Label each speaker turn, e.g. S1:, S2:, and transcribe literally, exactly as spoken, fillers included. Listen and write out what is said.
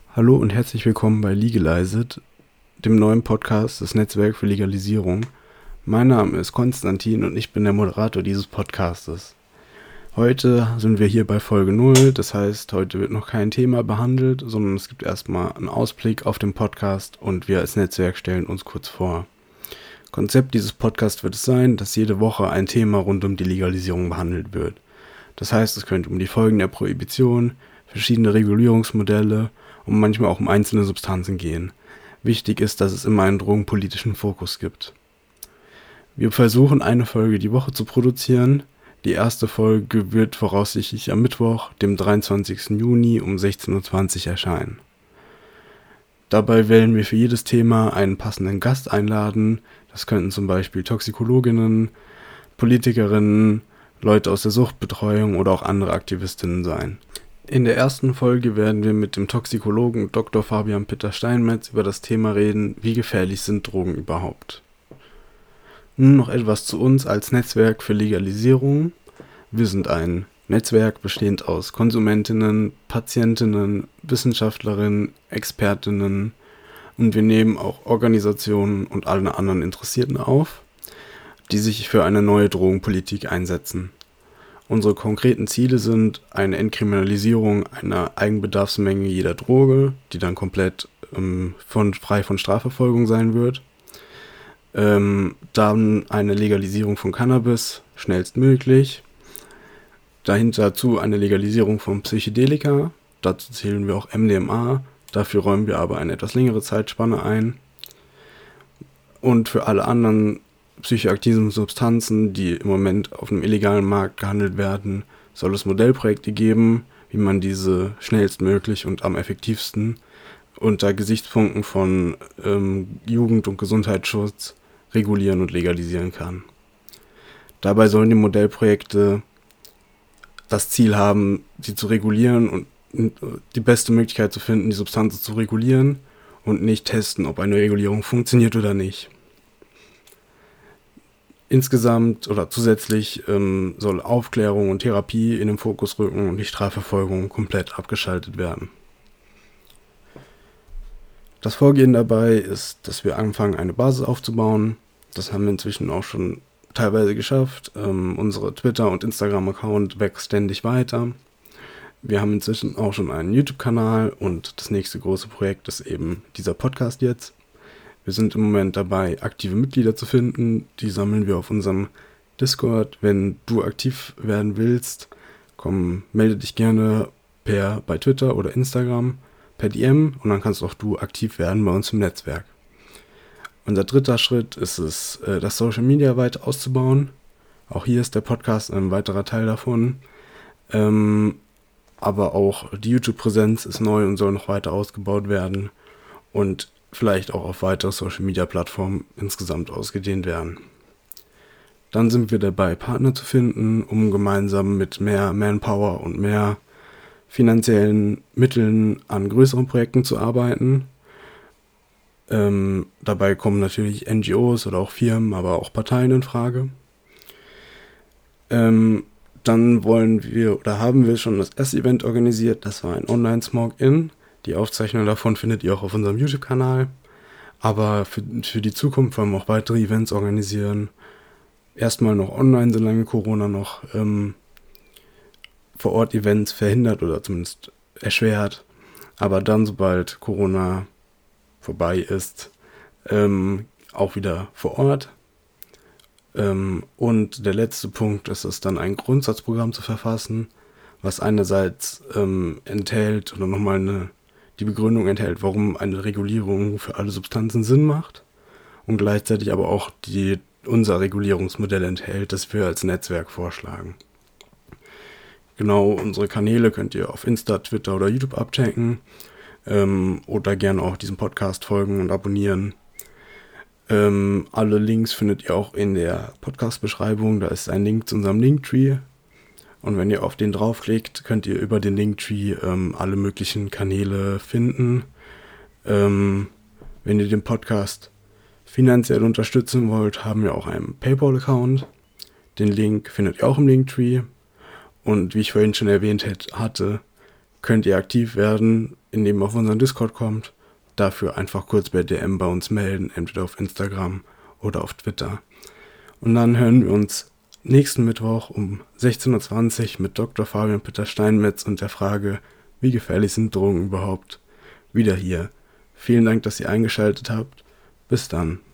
S1: Hallo und herzlich willkommen bei Legalized, dem neuen Podcast des Netzwerks für Legalisierung. Mein Name ist Konstantin und ich bin der Moderator dieses Podcastes. Heute sind wir hier bei Folge null, das heißt, heute wird noch kein Thema behandelt, sondern es gibt erstmal einen Ausblick auf den Podcast und wir als Netzwerk stellen uns kurz vor. Konzept dieses Podcasts wird es sein, dass jede Woche ein Thema rund um die Legalisierung behandelt wird. Das heißt, es könnte um die Folgen der Prohibition, verschiedene Regulierungsmodelle und manchmal auch um einzelne Substanzen gehen. Wichtig ist, dass es immer einen drogenpolitischen Fokus gibt. Wir versuchen, eine Folge die Woche zu produzieren. Die erste Folge wird voraussichtlich am Mittwoch, dem dreiundzwanzigsten Juni um sechzehn Uhr zwanzig erscheinen. Dabei wählen wir für jedes Thema einen passenden Gast einladen. Das könnten zum Beispiel Toxikologinnen, Politikerinnen, Leute aus der Suchtbetreuung oder auch andere Aktivistinnen sein. In der ersten Folge werden wir mit dem Toxikologen Doktor Fabian Peter Steinmetz über das Thema reden, wie gefährlich sind Drogen überhaupt. Nun noch etwas zu uns als Netzwerk für Legalisierung. Wir sind ein Netzwerk bestehend aus Konsumentinnen, Patientinnen, Wissenschaftlerinnen, Expertinnen und wir nehmen auch Organisationen und alle anderen Interessierten auf, die sich für eine neue Drogenpolitik einsetzen. Unsere konkreten Ziele sind eine Entkriminalisierung einer Eigenbedarfsmenge jeder Droge, die dann komplett ähm, von, frei von Strafverfolgung sein wird. Ähm, dann eine Legalisierung von Cannabis, schnellstmöglich. Dahinter dazu eine Legalisierung von Psychedelika, dazu zählen wir auch M D M A, dafür räumen wir aber eine etwas längere Zeitspanne ein. Und für alle anderen psychoaktiven Substanzen, die im Moment auf dem illegalen Markt gehandelt werden, soll es Modellprojekte geben, wie man diese schnellstmöglich und am effektivsten unter Gesichtspunkten von ähm, Jugend- und Gesundheitsschutz regulieren und legalisieren kann. Dabei sollen die Modellprojekte das Ziel haben, sie zu regulieren und die beste Möglichkeit zu finden, die Substanzen zu regulieren und nicht testen, ob eine Regulierung funktioniert oder nicht. Insgesamt oder zusätzlich ähm, soll Aufklärung und Therapie in den Fokus rücken und die Strafverfolgung komplett abgeschaltet werden. Das Vorgehen dabei ist, dass wir anfangen, eine Basis aufzubauen. Das haben wir inzwischen auch schon teilweise geschafft. Ähm, unsere Twitter- und Instagram-Account wächst ständig weiter. Wir haben inzwischen auch schon einen YouTube-Kanal und das nächste große Projekt ist eben dieser Podcast jetzt. Wir sind im Moment dabei, aktive Mitglieder zu finden. Die sammeln wir auf unserem Discord. Wenn du aktiv werden willst, komm, melde dich gerne per bei Twitter oder Instagram per D M und dann kannst auch du aktiv werden bei uns im Netzwerk. Unser dritter Schritt ist es, das Social Media weiter auszubauen. Auch hier ist der Podcast ein weiterer Teil davon. Ähm, aber auch die YouTube-Präsenz ist neu und soll noch weiter ausgebaut werden. Und vielleicht auch auf weitere Social-Media-Plattformen insgesamt ausgedehnt werden. Dann sind wir dabei, Partner zu finden, um gemeinsam mit mehr Manpower und mehr finanziellen Mitteln an größeren Projekten zu arbeiten. Ähm, dabei kommen natürlich N G Os oder auch Firmen, aber auch Parteien in Frage. Ähm, dann wollen wir oder haben wir schon das erste Event organisiert, das war ein Online-Smog-In. Die Aufzeichnung davon findet ihr auch auf unserem YouTube-Kanal. Aber für, für die Zukunft wollen wir auch weitere Events organisieren. Erstmal noch online, solange Corona noch ähm, vor Ort Events verhindert oder zumindest erschwert. Aber dann, sobald Corona vorbei ist, ähm, auch wieder vor Ort. Ähm, und der letzte Punkt ist es dann, ein Grundsatzprogramm zu verfassen, was einerseits ähm, enthält oder nochmal eine die Begründung enthält, warum eine Regulierung für alle Substanzen Sinn macht und gleichzeitig aber auch die, unser Regulierungsmodell enthält, das wir als Netzwerk vorschlagen. Genau, unsere Kanäle könnt ihr auf Insta, Twitter oder YouTube abchecken ähm, oder gerne auch diesem Podcast folgen und abonnieren. Ähm, alle Links findet ihr auch in der Podcast-Beschreibung, da ist ein Link zu unserem Linktree. Und wenn ihr auf den draufklickt, könnt ihr über den Linktree ähm, alle möglichen Kanäle finden. Ähm, wenn ihr den Podcast finanziell unterstützen wollt, haben wir auch einen PayPal-Account. Den Link findet ihr auch im Linktree. Und wie ich vorhin schon erwähnt hatte, könnt ihr aktiv werden, indem ihr auf unseren Discord kommt. Dafür einfach kurz per D M bei uns melden, entweder auf Instagram oder auf Twitter. Und dann hören wir uns nächsten Mittwoch um sechzehn Uhr zwanzig mit Doktor Fabian Peter Steinmetz und der Frage, wie gefährlich sind Drogen überhaupt? Wieder hier. Vielen Dank, dass ihr eingeschaltet habt. Bis dann.